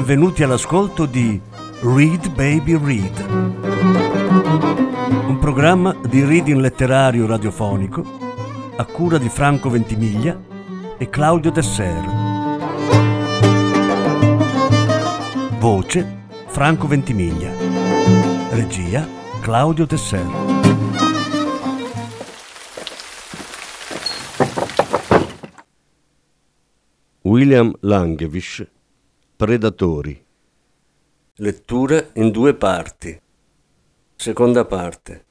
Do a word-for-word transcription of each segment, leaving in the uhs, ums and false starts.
benvenuti all'ascolto di Read Baby Read, un programma di reading letterario radiofonico a cura di Franco Ventimiglia e Claudio Desser. Voce Franco Ventimiglia. Regia Claudio Desser. William Langewish, Predatori. Lettura in due parti. Seconda parte.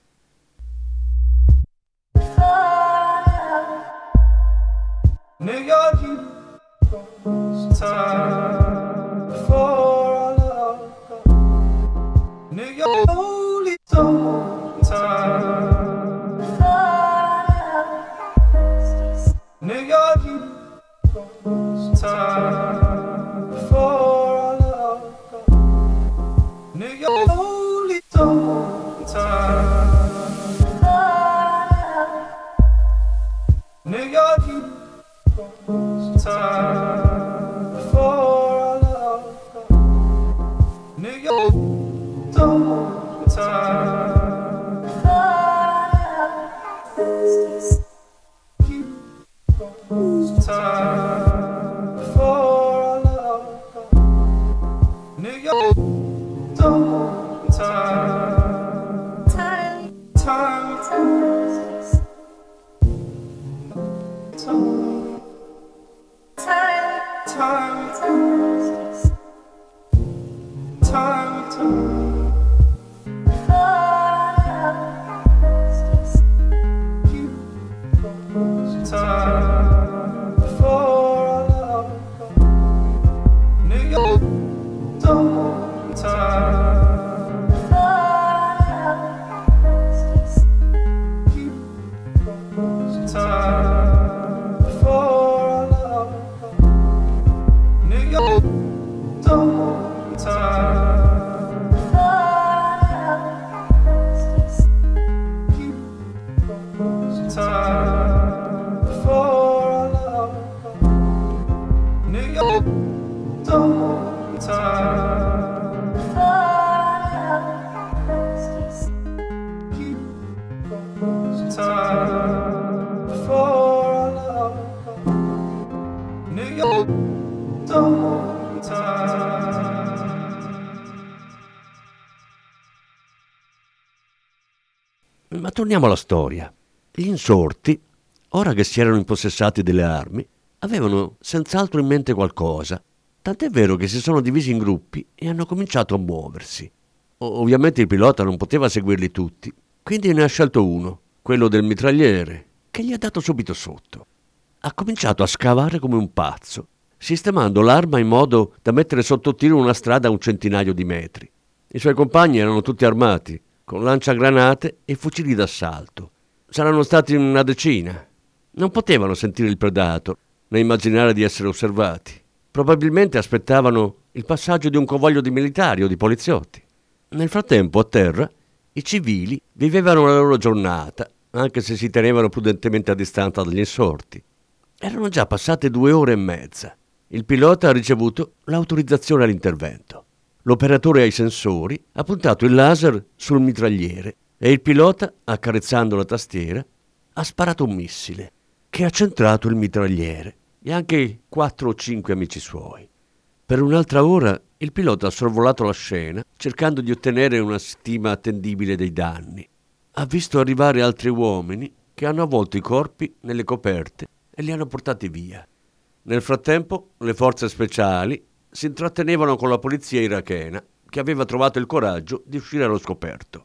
New York, you it's time for love. New York, holy time. New York, you it's time for love. New York, holy time. New York, you time for love. New York, time. Time for love. New York, time. Time. Time. Time. Time, time, time, time for love. New York, time, time for love. New York, time, time for love. New York, time, time for love. New York, Ma torniamo alla storia. Gli insorti, ora che si erano impossessati delle armi, avevano senz'altro in mente qualcosa, tant'è vero che si sono divisi in gruppi e hanno cominciato a muoversi. O- ovviamente il pilota non poteva seguirli tutti, quindi ne ha scelto uno, quello del mitragliere, che gli ha dato subito sotto. Ha cominciato a scavare come un pazzo, sistemando l'arma in modo da mettere sotto tiro una strada a un centinaio di metri. I suoi compagni erano tutti armati, con lanciagranate e fucili d'assalto. Saranno stati una decina. Non potevano sentire il Predator, né immaginare di essere osservati. Probabilmente aspettavano il passaggio di un convoglio di militari o di poliziotti. Nel frattempo, a terra, i civili vivevano la loro giornata, anche se si tenevano prudentemente a distanza dagli insorti. Erano già passate due ore e mezza. Il pilota ha ricevuto l'autorizzazione all'intervento. L'operatore ai sensori ha puntato il laser sul mitragliere e il pilota, accarezzando la tastiera, ha sparato un missile che ha centrato il mitragliere e anche quattro o cinque amici suoi. Per un'altra ora il pilota ha sorvolato la scena cercando di ottenere una stima attendibile dei danni. Ha visto arrivare altri uomini che hanno avvolto i corpi nelle coperte e li hanno portati via. Nel frattempo le forze speciali si intrattenevano con la polizia irachena, che aveva trovato il coraggio di uscire allo scoperto.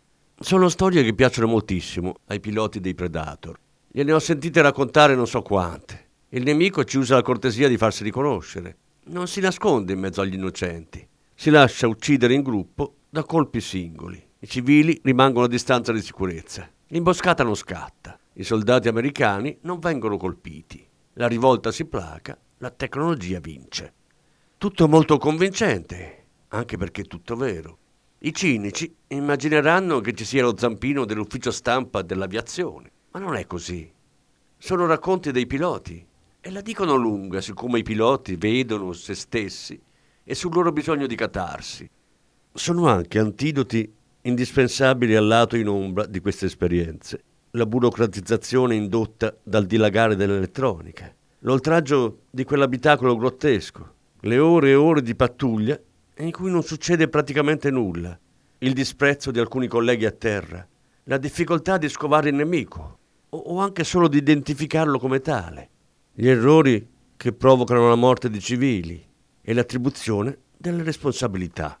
Sono storie che piacciono moltissimo ai piloti dei Predator. Gliene ho sentite raccontare non so quante. Il nemico ci usa la cortesia di farsi riconoscere. Non si nasconde in mezzo agli innocenti. Si lascia uccidere in gruppo da colpi singoli. I civili rimangono a distanza di sicurezza. L'imboscata non scatta. I soldati americani non vengono colpiti. La rivolta si placa, la tecnologia vince. Tutto molto convincente, anche perché è tutto vero. I cinici immagineranno che ci sia lo zampino dell'ufficio stampa dell'aviazione, ma non è così. Sono racconti dei piloti e la dicono lunga su come i piloti vedono se stessi e sul loro bisogno di catarsi. Sono anche antidoti indispensabili al lato in ombra di queste esperienze: la burocratizzazione indotta dal dilagare dell'elettronica, l'oltraggio di quell'abitacolo grottesco, le ore e ore di pattuglia in cui non succede praticamente nulla, il disprezzo di alcuni colleghi a terra, la difficoltà di scovare il nemico o, o anche solo di identificarlo come tale, gli errori che provocano la morte di civili e l'attribuzione delle responsabilità.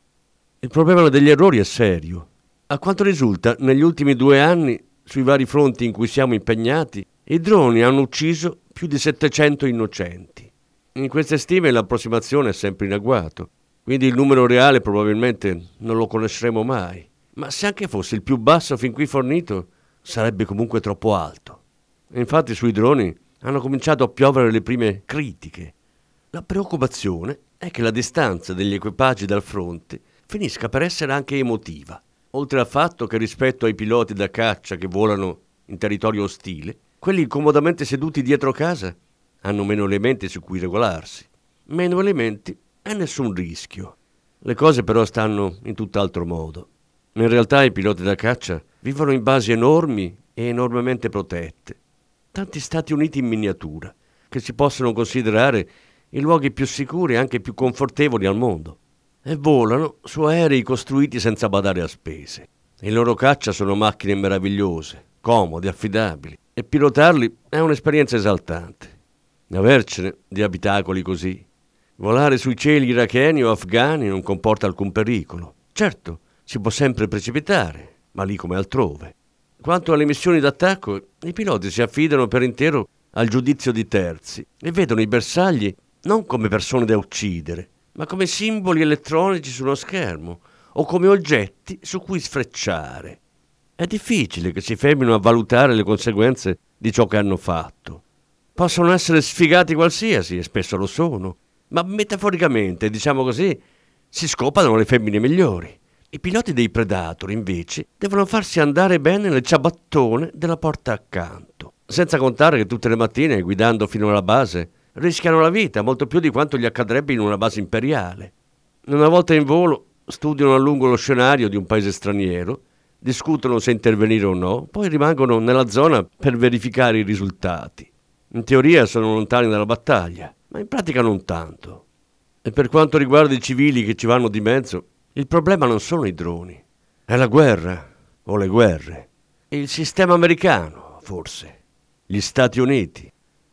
Il problema degli errori è serio. A quanto risulta, negli ultimi due anni, sui vari fronti in cui siamo impegnati, i droni hanno ucciso più di settecento innocenti. In queste stime l'approssimazione è sempre in agguato, quindi il numero reale probabilmente non lo conosceremo mai. Ma se anche fosse il più basso fin qui fornito, sarebbe comunque troppo alto. E infatti sui droni hanno cominciato a piovere le prime critiche. La preoccupazione è che la distanza degli equipaggi dal fronte finisca per essere anche emotiva, oltre al fatto che rispetto ai piloti da caccia che volano in territorio ostile, quelli comodamente seduti dietro casa hanno meno elementi su cui regolarsi. Meno elementi e nessun rischio. Le cose però stanno in tutt'altro modo. In realtà i piloti da caccia vivono in basi enormi e enormemente protette. Tanti Stati Uniti in miniatura, che si possono considerare i luoghi più sicuri e anche più confortevoli al mondo. E volano su aerei costruiti senza badare a spese. I loro caccia sono macchine meravigliose, comode, affidabili, e pilotarli è un'esperienza esaltante. Avercene di abitacoli così. Volare sui cieli iracheni o afghani non comporta alcun pericolo. Certo, si può sempre precipitare, ma lì come altrove. Quanto alle missioni d'attacco, i piloti si affidano per intero al giudizio di terzi e vedono i bersagli non come persone da uccidere, ma come simboli elettronici su uno schermo o come oggetti su cui sfrecciare. È difficile che si fermino a valutare le conseguenze di ciò che hanno fatto. Possono essere sfigati qualsiasi, e spesso lo sono, ma metaforicamente, diciamo così, si scopano le femmine migliori. I piloti dei Predator, invece, devono farsi andare bene nel ciabattone della porta accanto, senza contare che tutte le mattine, guidando fino alla base, rischiano la vita molto più di quanto gli accadrebbe in una base imperiale. Una volta in volo studiano a lungo lo scenario di un paese straniero, discutono se intervenire o no, poi rimangono nella zona per verificare i risultati. In teoria sono lontani dalla battaglia, ma in pratica non tanto. E per quanto riguarda i civili che ci vanno di mezzo, il problema non sono i droni, è la guerra o le guerre. Il sistema americano, forse, gli Stati Uniti.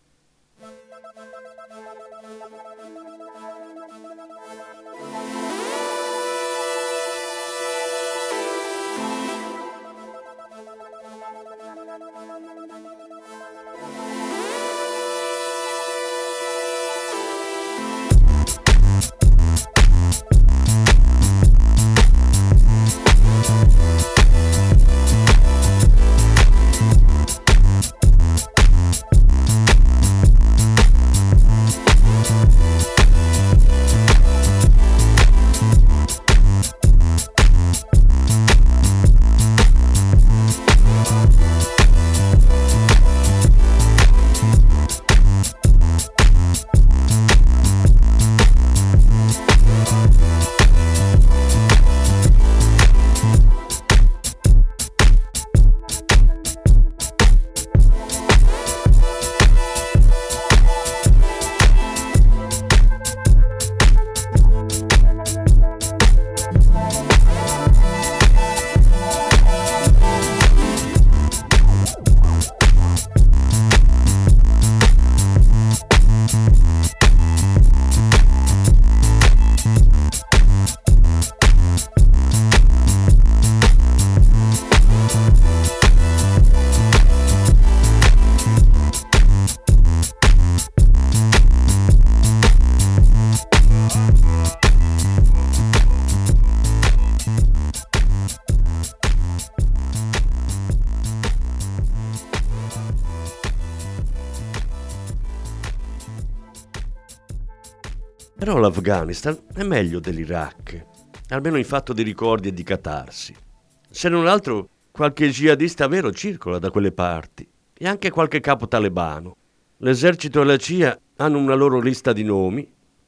Però l'Afghanistan è meglio dell'Iraq, almeno in fatto di ricordi e di catarsi. Se non altro, qualche jihadista vero circola da quelle parti, e anche qualche capo talebano. L'esercito e la C I A hanno una loro lista di nomi,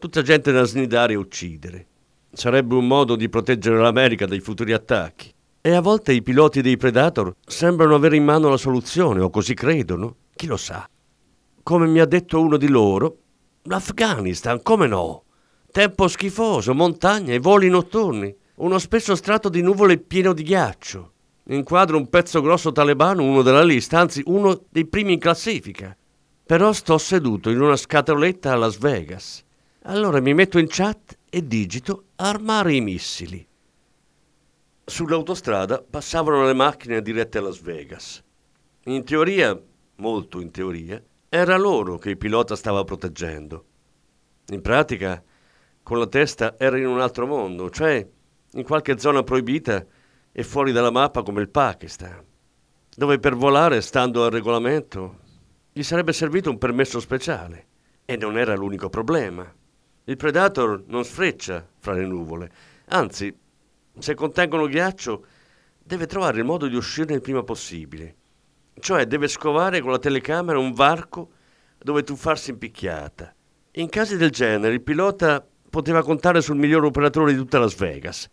Tutta gente da snidare e uccidere. Sarebbe un modo di proteggere l'America dai futuri attacchi. E a volte i piloti dei Predator sembrano avere in mano la soluzione, o così credono. Chi lo sa? Come mi ha detto uno di loro, l'Afghanistan, come no? Tempo schifoso, montagne e voli notturni. Uno spesso strato di nuvole pieno di ghiaccio. In quadro un pezzo grosso talebano, uno della lista, anzi uno dei primi in classifica. Però sto seduto in una scatoletta a Las Vegas. Allora mi metto in chat e digito armare i missili. Sull'autostrada passavano le macchine dirette a Las Vegas. In teoria, molto in teoria, era loro che il pilota stava proteggendo. In pratica, con la testa era in un altro mondo, cioè in qualche zona proibita e fuori dalla mappa come il Pakistan, dove per volare, stando al regolamento, gli sarebbe servito un permesso speciale. E non era l'unico problema. Il Predator non sfreccia fra le nuvole, anzi, se contengono ghiaccio, deve trovare il modo di uscirne il prima possibile. Cioè deve scovare con la telecamera un varco dove tuffarsi in picchiata. In casi del genere il pilota poteva contare sul miglior operatore di tutta Las Vegas.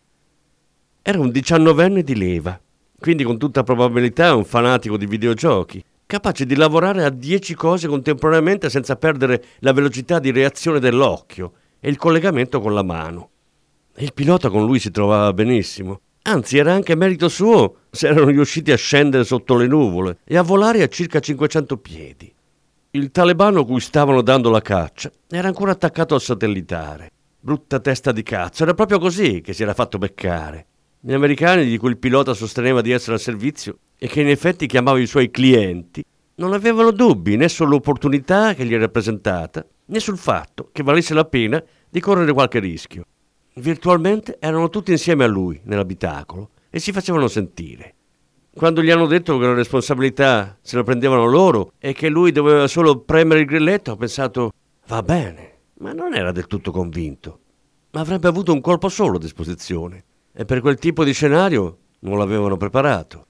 Era un diciannovenne di leva, quindi con tutta probabilità un fanatico di videogiochi, capace di lavorare a dieci cose contemporaneamente senza perdere la velocità di reazione dell'occhio e il collegamento con la mano. Il pilota con lui si trovava benissimo. Anzi, era anche merito suo se erano riusciti a scendere sotto le nuvole e a volare a circa cinquecento piedi. Il talebano cui stavano dando la caccia era ancora attaccato al satellitare. Brutta testa di cazzo, era proprio così che si era fatto beccare. Gli americani di cui il pilota sosteneva di essere al servizio e che in effetti chiamava i suoi clienti non avevano dubbi né sull'opportunità che gli era presentata né sul fatto che valesse la pena di correre qualche rischio. Virtualmente erano tutti insieme a lui nell'abitacolo e si facevano sentire. Quando gli hanno detto che la responsabilità se la prendevano loro e che lui doveva solo premere il grilletto, ho pensato va bene, ma non era del tutto convinto. Avrebbe avuto un colpo solo a disposizione e per quel tipo di scenario non l'avevano preparato.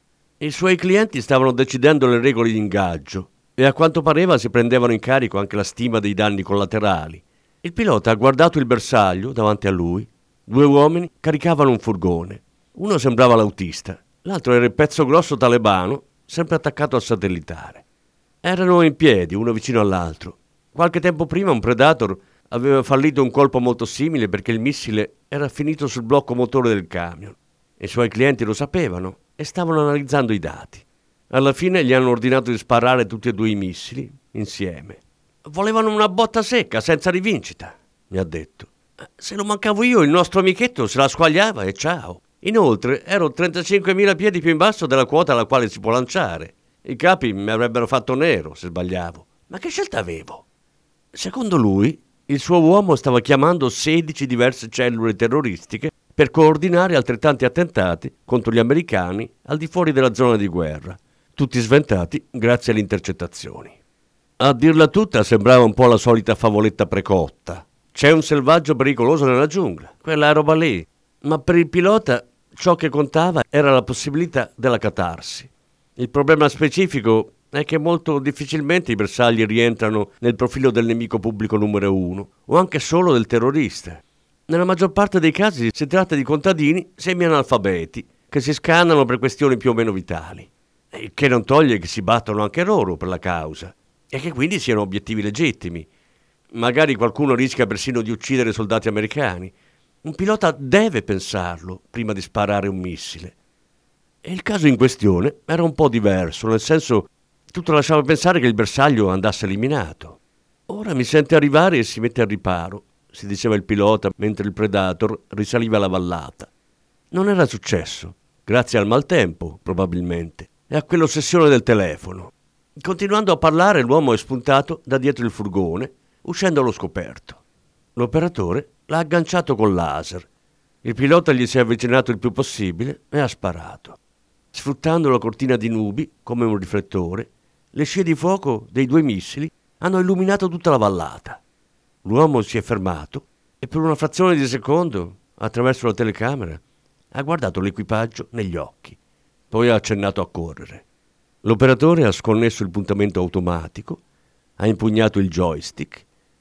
I suoi clienti stavano decidendo le regole di ingaggio e a quanto pareva si prendevano in carico anche la stima dei danni collaterali. Il pilota ha guardato il bersaglio davanti a lui. Due uomini caricavano un furgone. Uno sembrava l'autista, l'altro era il pezzo grosso talebano, sempre attaccato al satellitare. Erano in piedi, uno vicino all'altro. Qualche tempo prima un Predator aveva fallito un colpo molto simile perché il missile era finito sul blocco motore del camion. I suoi clienti lo sapevano e stavano analizzando i dati. Alla fine gli hanno ordinato di sparare tutti e due i missili insieme. Volevano una botta secca, senza rivincita, mi ha detto. Se lo mancavo io, il nostro amichetto se la squagliava e ciao. Inoltre, ero trentacinquemila piedi più in basso della quota alla quale si può lanciare. I capi mi avrebbero fatto nero se sbagliavo. Ma che scelta avevo? Secondo lui, il suo uomo stava chiamando sedici diverse cellule terroristiche per coordinare altrettanti attentati contro gli americani al di fuori della zona di guerra, tutti sventati grazie alle intercettazioni. A dirla tutta sembrava un po' la solita favoletta precotta. C'è un selvaggio pericoloso nella giungla, quella roba lì. Ma per il pilota ciò che contava era la possibilità della catarsi. Il problema specifico è che molto difficilmente i bersagli rientrano nel profilo del nemico pubblico numero uno, o anche solo del terrorista. Nella maggior parte dei casi si tratta di contadini semi-analfabeti che si scannano per questioni più o meno vitali, il che non toglie che si battono anche loro per la causa e che quindi siano obiettivi legittimi. Magari qualcuno rischia persino di uccidere soldati americani. Un pilota deve pensarlo prima di sparare un missile. E il caso in questione era un po' diverso, nel senso tutto lasciava pensare che il bersaglio andasse eliminato. Ora mi sente arrivare e si mette al riparo, si diceva il pilota mentre il Predator risaliva la vallata. Non era successo, grazie al maltempo, probabilmente, e a quell'ossessione del telefono. Continuando a parlare, l'uomo è spuntato da dietro il furgone, uscendo allo scoperto. L'operatore l'ha agganciato col laser. Il pilota gli si è avvicinato il più possibile e ha sparato. Sfruttando la cortina di nubi come un riflettore, le scie di fuoco dei due missili hanno illuminato tutta la vallata. L'uomo si è fermato e per una frazione di secondo, attraverso la telecamera, ha guardato l'equipaggio negli occhi. Poi ha accennato a correre. L'operatore ha sconnesso il puntamento automatico, ha impugnato il joystick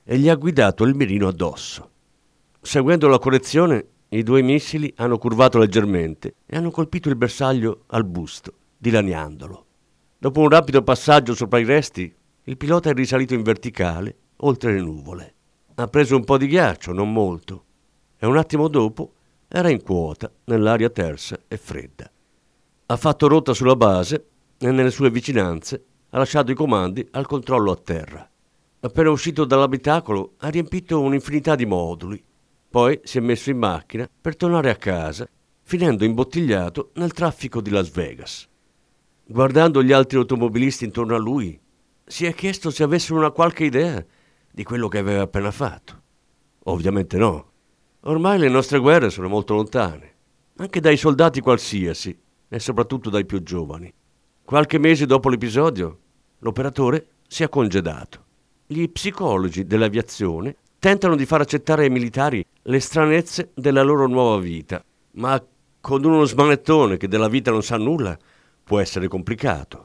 e gli ha guidato il mirino addosso. Seguendo la correzione, i due missili hanno curvato leggermente e hanno colpito il bersaglio al busto, dilaniandolo. Dopo un rapido passaggio sopra i resti, il pilota è risalito in verticale, oltre le nuvole. Ha preso un po' di ghiaccio, non molto, e un attimo dopo era in quota, nell'aria tersa e fredda. Ha fatto rotta sulla base e nelle sue vicinanze ha lasciato i comandi al controllo a terra. Appena uscito dall'abitacolo ha riempito un'infinità di moduli, poi si è messo in macchina per tornare a casa, finendo imbottigliato nel traffico di Las Vegas. Guardando gli altri automobilisti intorno a lui, si è chiesto se avessero una qualche idea di quello che aveva appena fatto. Ovviamente no. Ormai le nostre guerre sono molto lontane, anche dai soldati qualsiasi, e soprattutto dai più giovani. Qualche mese dopo l'episodio, l'operatore si è congedato. Gli psicologi dell'aviazione tentano di far accettare ai militari le stranezze della loro nuova vita, ma con uno smanettone che della vita non sa nulla può essere complicato.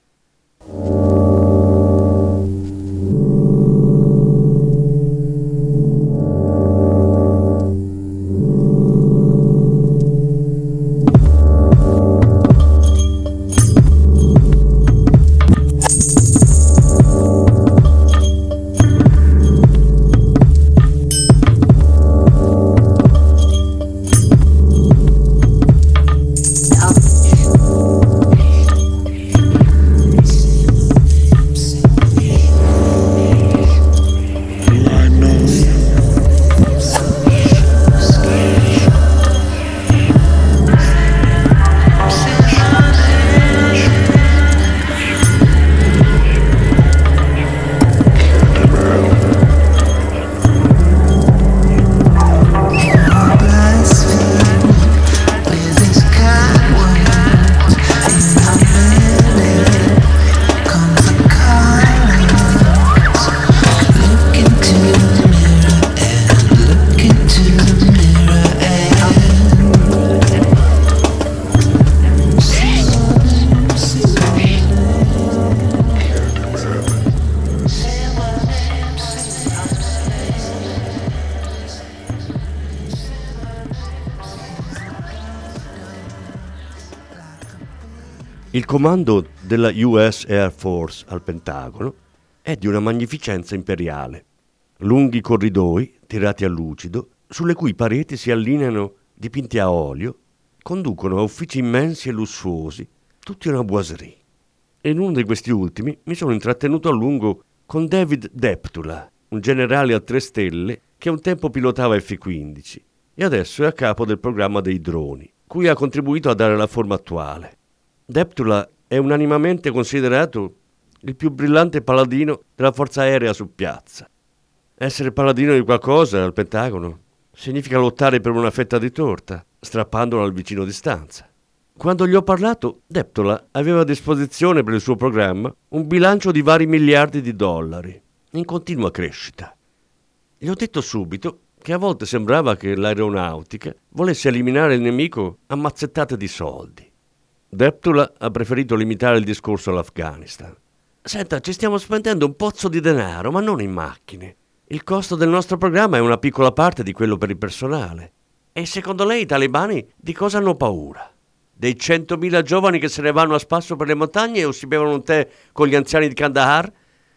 Il comando della U S Air Force al Pentagono è di una magnificenza imperiale. Lunghi corridoi tirati a lucido, sulle cui pareti si allineano dipinti a olio, conducono a uffici immensi e lussuosi, tutti una boiserie. E in uno di questi ultimi mi sono intrattenuto a lungo con David Deptula, un generale a tre stelle che un tempo pilotava F quindici e adesso è a capo del programma dei droni, cui ha contribuito a dare la forma attuale. Deptula è unanimamente considerato il più brillante paladino della forza aerea su piazza. Essere paladino di qualcosa al Pentagono significa lottare per una fetta di torta, strappandola al vicino di stanza. Quando gli ho parlato, Deptula aveva a disposizione per il suo programma un bilancio di vari miliardi di dollari, in continua crescita. Gli ho detto subito che a volte sembrava che l'aeronautica volesse eliminare il nemico a mazzettate di soldi. Deptula ha preferito limitare il discorso all'Afghanistan. Senta, ci stiamo spendendo un pozzo di denaro, ma non in macchine. Il costo del nostro programma è una piccola parte di quello per il personale. E secondo lei i talebani di cosa hanno paura? Dei centomila giovani che se ne vanno a spasso per le montagne o si bevono un tè con gli anziani di Kandahar?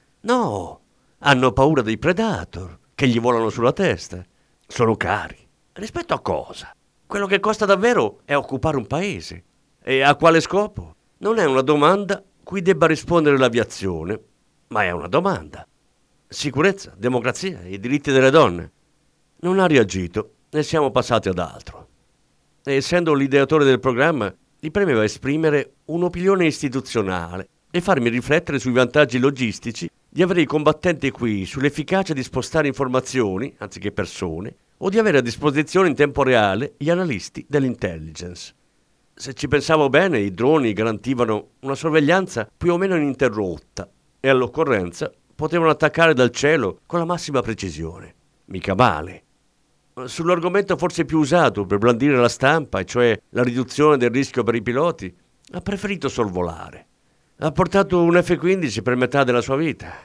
No, hanno paura dei Predator, che gli volano sulla testa. Sono cari. Rispetto a cosa? Quello che costa davvero è occupare un paese. E a quale scopo? Non è una domanda cui debba rispondere l'aviazione, ma è una domanda. Sicurezza, democrazia, i diritti delle donne. Non ha reagito e siamo passati ad altro. E essendo l'ideatore del programma, gli premeva esprimere un'opinione istituzionale e farmi riflettere sui vantaggi logistici di avere i combattenti qui, sull'efficacia di spostare informazioni, anziché persone, o di avere a disposizione in tempo reale gli analisti dell'intelligence. Se ci pensavo bene, i droni garantivano una sorveglianza più o meno ininterrotta e all'occorrenza potevano attaccare dal cielo con la massima precisione. Mica male. Sull'argomento forse più usato per blandire la stampa, e cioè la riduzione del rischio per i piloti, ha preferito sorvolare. Ha portato un F quindici per metà della sua vita.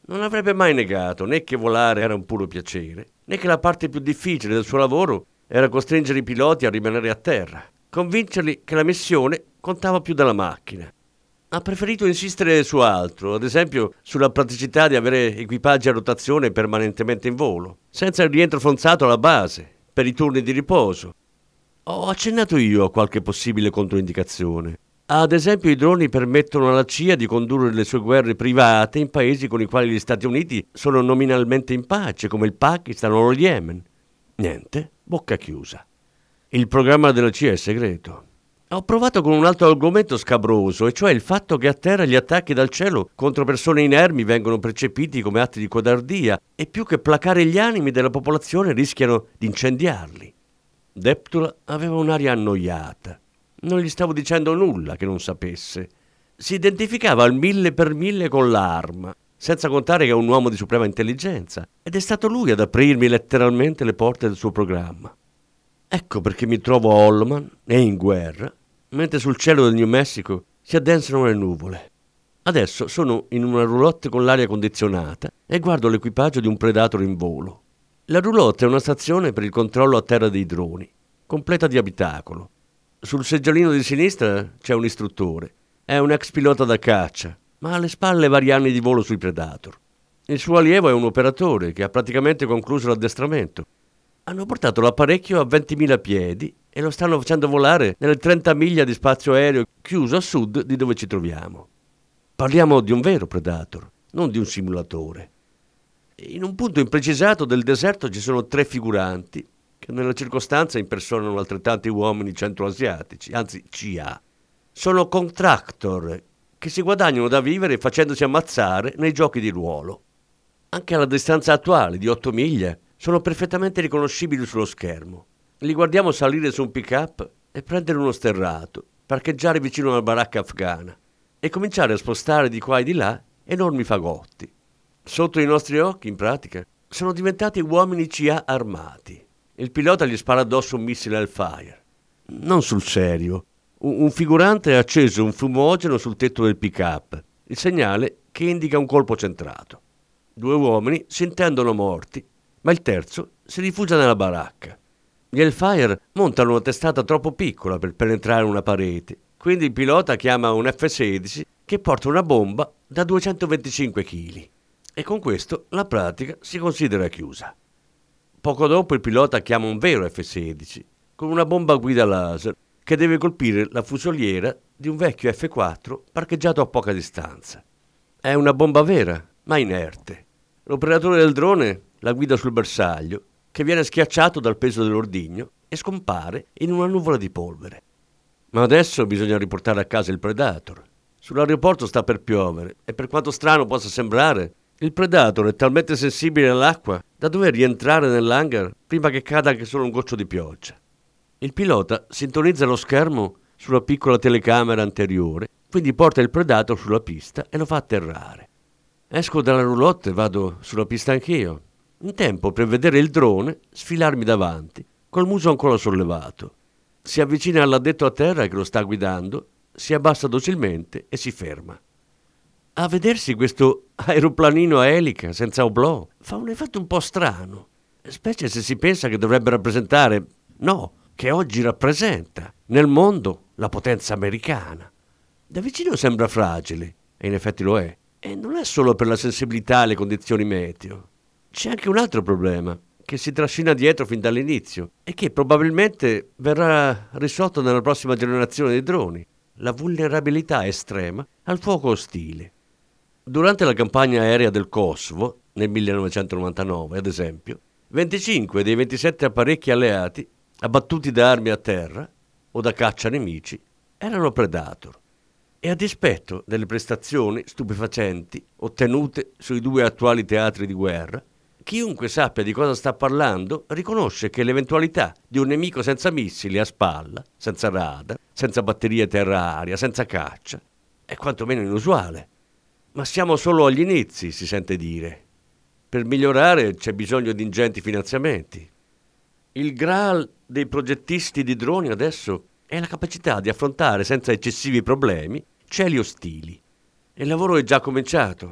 Non avrebbe mai negato né che volare era un puro piacere, né che la parte più difficile del suo lavoro era costringere i piloti a rimanere a terra, convincerli che la missione contava più della macchina. Ha preferito insistere su altro, ad esempio sulla praticità di avere equipaggi a rotazione permanentemente in volo, senza il rientro forzato alla base, per i turni di riposo. Ho accennato io a qualche possibile controindicazione. Ad esempio i droni permettono alla C I A di condurre le sue guerre private in paesi con i quali gli Stati Uniti sono nominalmente in pace, come il Pakistan o lo Yemen. Niente, bocca chiusa. Il programma della C I A è segreto. Ho provato con un altro argomento scabroso, e cioè il fatto che a terra gli attacchi dal cielo contro persone inermi vengono percepiti come atti di codardia e più che placare gli animi della popolazione rischiano di incendiarli. Deptula aveva un'aria annoiata. Non gli stavo dicendo nulla che non sapesse. Si identificava al mille per mille con l'arma, senza contare che è un uomo di suprema intelligenza, ed è stato lui ad aprirmi letteralmente le porte del suo programma. Ecco perché mi trovo a Holloman e in guerra, mentre sul cielo del New Mexico si addensano le nuvole. Adesso sono in una roulotte con l'aria condizionata e guardo l'equipaggio di un Predator in volo. La roulotte è una stazione per il controllo a terra dei droni, completa di abitacolo. Sul seggiolino di sinistra c'è un istruttore. È un ex pilota da caccia, ma ha alle spalle vari anni di volo sui Predator. Il suo allievo è un operatore che ha praticamente concluso l'addestramento. Hanno portato l'apparecchio a ventimila piedi e lo stanno facendo volare nelle trenta miglia di spazio aereo chiuso a sud di dove ci troviamo. Parliamo di un vero Predator, non di un simulatore. In un punto imprecisato del deserto ci sono tre figuranti che nella circostanza impersonano altrettanti uomini centroasiatici, anzi C A. Sono contractor che si guadagnano da vivere facendosi ammazzare nei giochi di ruolo. Anche alla distanza attuale di otto miglia sono perfettamente riconoscibili sullo schermo. Li guardiamo salire su un pick-up e prendere uno sterrato, parcheggiare vicino alla baracca afghana e cominciare a spostare di qua e di là enormi fagotti. Sotto i nostri occhi, in pratica, sono diventati uomini C A armati. Il pilota gli spara addosso un missile Hellfire. Non sul serio. Un, un figurante ha acceso un fumogeno sul tetto del pick-up, il segnale che indica un colpo centrato. Due uomini si intendono morti, ma il terzo si rifugia nella baracca. Gli Hellfire montano una testata troppo piccola per penetrare una parete, quindi il pilota chiama un F sedici che porta una bomba da duecentoventicinque chili. E con questo la pratica si considera chiusa. Poco dopo il pilota chiama un vero F sedici con una bomba a guida laser che deve colpire la fusoliera di un vecchio F quattro parcheggiato a poca distanza. È una bomba vera, ma inerte. L'operatore del drone la guida sul bersaglio, che viene schiacciato dal peso dell'ordigno e scompare in una nuvola di polvere. Ma adesso bisogna riportare a casa il Predator. Sull'aeroporto sta per piovere e per quanto strano possa sembrare, il Predator è talmente sensibile all'acqua da dover rientrare nell'hangar prima che cada anche solo un goccio di pioggia. Il pilota sintonizza lo schermo sulla piccola telecamera anteriore, quindi porta il Predator sulla pista e lo fa atterrare. Esco dalla roulotte e vado sulla pista anch'io, in tempo per vedere il drone sfilarmi davanti, col muso ancora sollevato. Si avvicina all'addetto a terra che lo sta guidando, si abbassa docilmente e si ferma. A vedersi questo aeroplanino a elica senza oblò fa un effetto un po' strano, specie se si pensa che dovrebbe rappresentare, no, che oggi rappresenta, nel mondo la potenza americana. Da vicino sembra fragile, e in effetti lo è, e non è solo per la sensibilità alle condizioni meteo. C'è anche un altro problema che si trascina dietro fin dall'inizio e che probabilmente verrà risolto nella prossima generazione di droni: la vulnerabilità estrema al fuoco ostile. Durante la campagna aerea del Kosovo, nel millenovecentonovantanove, ad esempio, venticinque dei ventisette apparecchi alleati, abbattuti da armi a terra o da caccia nemici, erano Predator. E a dispetto delle prestazioni stupefacenti ottenute sui due attuali teatri di guerra, chiunque sappia di cosa sta parlando riconosce che l'eventualità di un nemico senza missili a spalla, senza radar, senza batterie terra-aria, senza caccia, è quantomeno inusuale. Ma siamo solo agli inizi, si sente dire. Per migliorare c'è bisogno di ingenti finanziamenti. Il Graal dei progettisti di droni adesso è la capacità di affrontare senza eccessivi problemi cieli ostili. Il lavoro è già cominciato.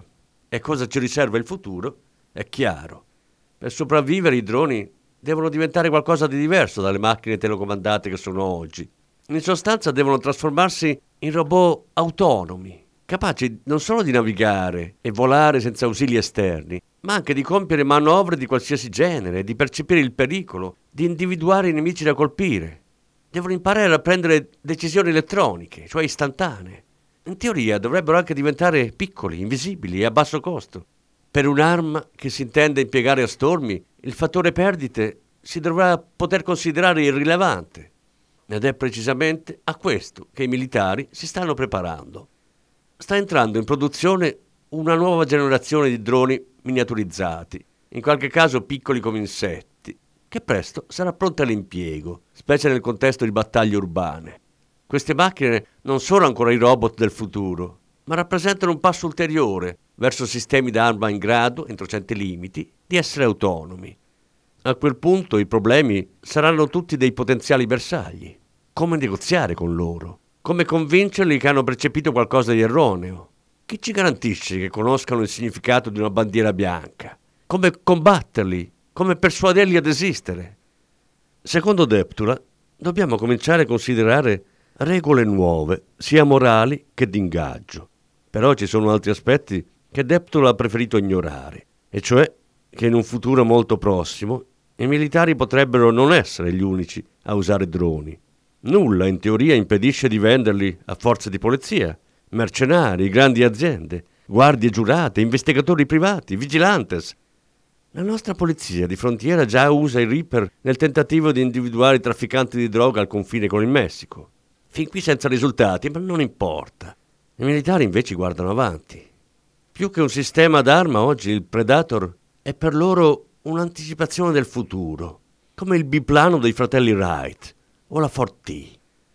e cosa ci riserva il futuro è chiaro. Per sopravvivere i droni devono diventare qualcosa di diverso dalle macchine telecomandate che sono oggi. In sostanza devono trasformarsi in robot autonomi, capaci non solo di navigare e volare senza ausili esterni, ma anche di compiere manovre di qualsiasi genere, di percepire il pericolo, di individuare i nemici da colpire. Devono imparare a prendere decisioni elettroniche, cioè istantanee. In teoria dovrebbero anche diventare piccoli, invisibili e a basso costo. Per un'arma che si intende impiegare a stormi, il fattore perdite si dovrà poter considerare irrilevante. Ed è precisamente a questo che i militari si stanno preparando. Sta entrando in produzione una nuova generazione di droni miniaturizzati, in qualche caso piccoli come insetti, che presto sarà pronta all'impiego, specie nel contesto di battaglie urbane. Queste macchine non sono ancora i robot del futuro, ma rappresentano un passo ulteriore verso sistemi d'arma in grado, entro certi limiti, di essere autonomi. A quel punto i problemi saranno tutti dei potenziali bersagli. Come negoziare con loro? Come convincerli che hanno percepito qualcosa di erroneo? Chi ci garantisce che conoscano il significato di una bandiera bianca? Come combatterli? Come persuaderli ad esistere? Secondo Deptula, dobbiamo cominciare a considerare regole nuove, sia morali che di ingaggio. Però ci sono altri aspetti che Deptula ha preferito ignorare, e cioè che in un futuro molto prossimo i militari potrebbero non essere gli unici a usare droni. Nulla in teoria impedisce di venderli a forze di polizia, mercenari, grandi aziende, guardie giurate, investigatori privati, vigilantes. La nostra polizia di frontiera già usa i Reaper nel tentativo di individuare i trafficanti di droga al confine con il Messico. Fin qui senza risultati, ma non importa. I militari invece guardano avanti. Più che un sistema d'arma, oggi il Predator è per loro un'anticipazione del futuro, come il biplano dei fratelli Wright o la Ford T.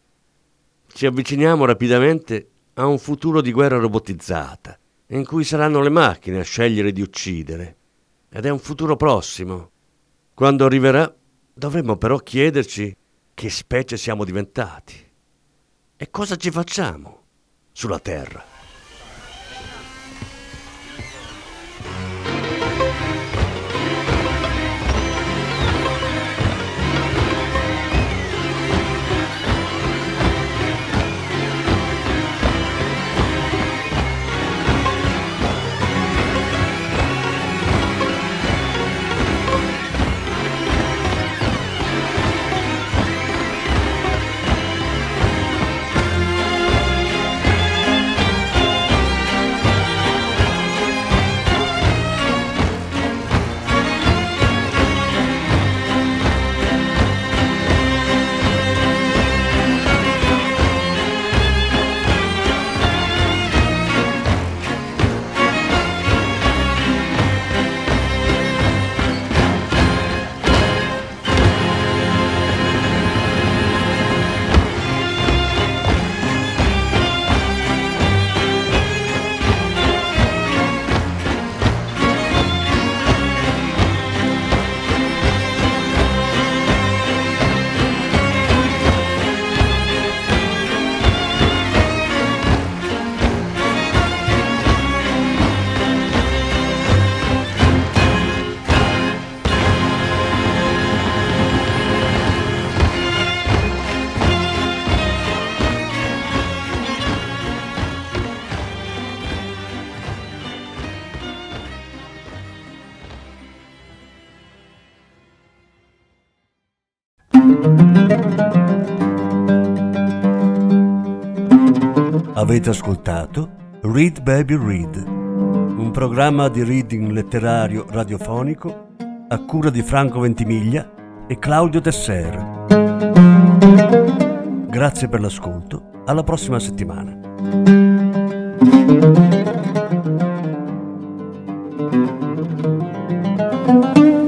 Ci avviciniamo rapidamente a un futuro di guerra robotizzata, in cui saranno le macchine a scegliere di uccidere. Ed è un futuro prossimo. Quando arriverà, dovremmo però chiederci che specie siamo diventati e cosa ci facciamo sulla Terra. Avete ascoltato Read Baby Read, un programma di reading letterario radiofonico a cura di Franco Ventimiglia e Claudio Tesser. Grazie per l'ascolto, alla prossima settimana.